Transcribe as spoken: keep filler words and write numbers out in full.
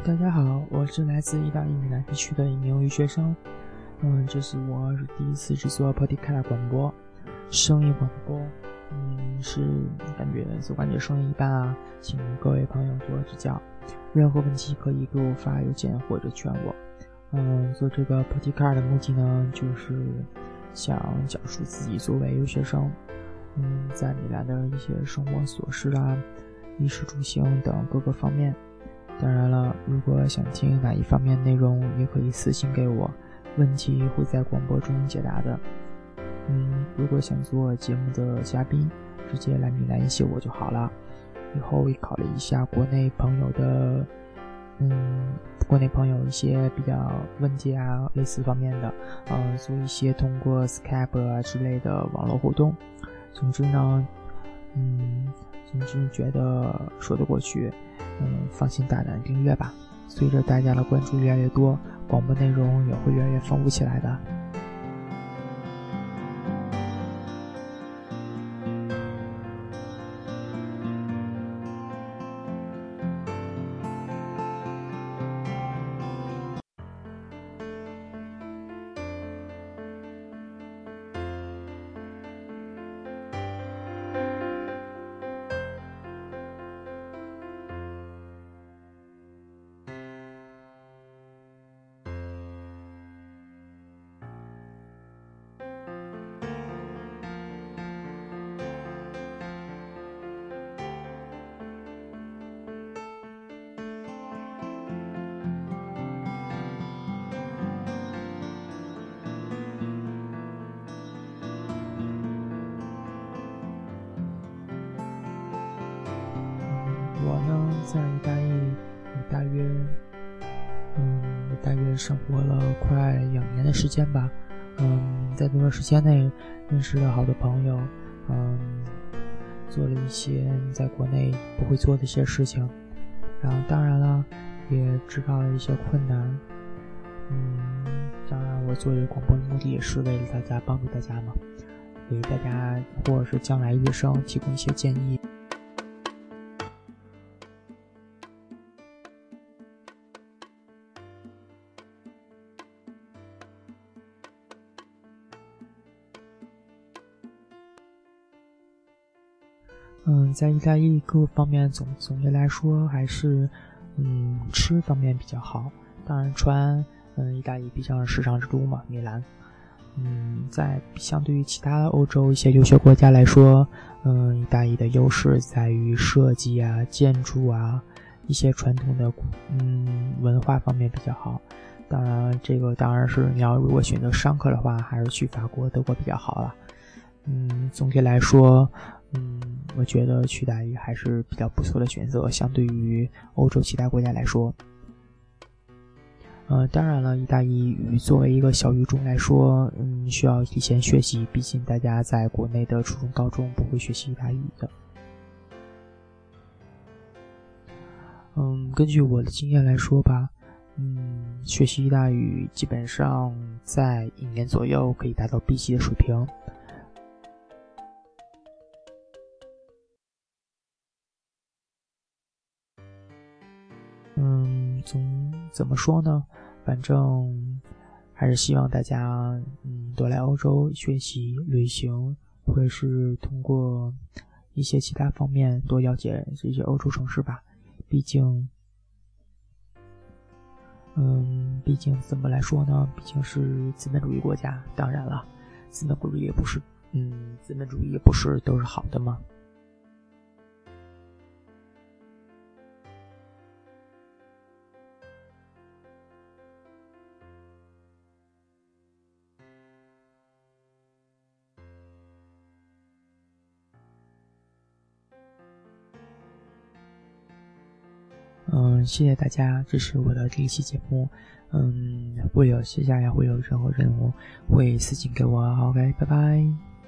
大家好，我是来自意大利米兰地区的一名留学生。嗯，这是我第一次制作 Podcast 广播，声音广播。嗯，是感觉就感觉声音一般啊，请各位朋友多指教。任何问题可以给我发邮件或者劝我。嗯，做这个 Podcast 的目的呢，就是想讲述自己作为留学生，嗯，在米兰的一些生活琐事啊、衣食住行等各个方面。当然了，如果想听哪一方面内容，也可以私信给我，问题会在广播中解答的。嗯，如果想做节目的嘉宾，直接来米兰联系我就好了。以后会考虑一下国内朋友的，嗯，国内朋友一些比较问题啊，类似方面的，呃，做一些通过 Skype 啊之类的网络互动。总之呢，嗯，总之觉得说得过去。嗯，放心大胆订阅吧，随着大家的关注越来越多，广播内容也会越来越丰富起来的。我呢，在意大利也大约，嗯，大约生活了快两年的时间吧。嗯，在这段时间内认识了好多朋友，嗯，做了一些在国内不会做的一些事情，然后当然了，也知道了一些困难。嗯，当然我做这个广播的目的也是为了大家，帮助大家嘛，给大家或者是将来学生提供一些建议。嗯，在意大利各方面总总结来说，还是嗯吃方面比较好。当然穿，嗯，意大利毕竟是时尚之都嘛，米兰。嗯，在相对于其他欧洲一些留学国家来说，嗯，意大利的优势在于设计啊、建筑啊一些传统的嗯文化方面比较好。当然，这个当然是你要如果选择上课的话，还是去法国、德国比较好了。嗯，总体来说。嗯，我觉得去意大利还是比较不错的选择，相对于欧洲其他国家来说。呃，当然了，意大利语作为一个小语种来说，嗯，需要提前学习，毕竟大家在国内的初中、高中不会学习意大利语的。嗯，根据我的经验来说吧，嗯，学习意大利语基本上在一年左右可以达到 B 级的水平。嗯，总怎么说呢？反正还是希望大家嗯多来欧洲学习、旅行，或者是通过一些其他方面多了解这些欧洲城市吧。毕竟，嗯，毕竟怎么来说呢？毕竟是资本主义国家。当然了，资本主义也不是，嗯，资本主义也不是都是好的嘛。嗯，谢谢大家支持我的这一期节目。嗯，会有接下来会有任何任务会私信给我。OK，拜拜。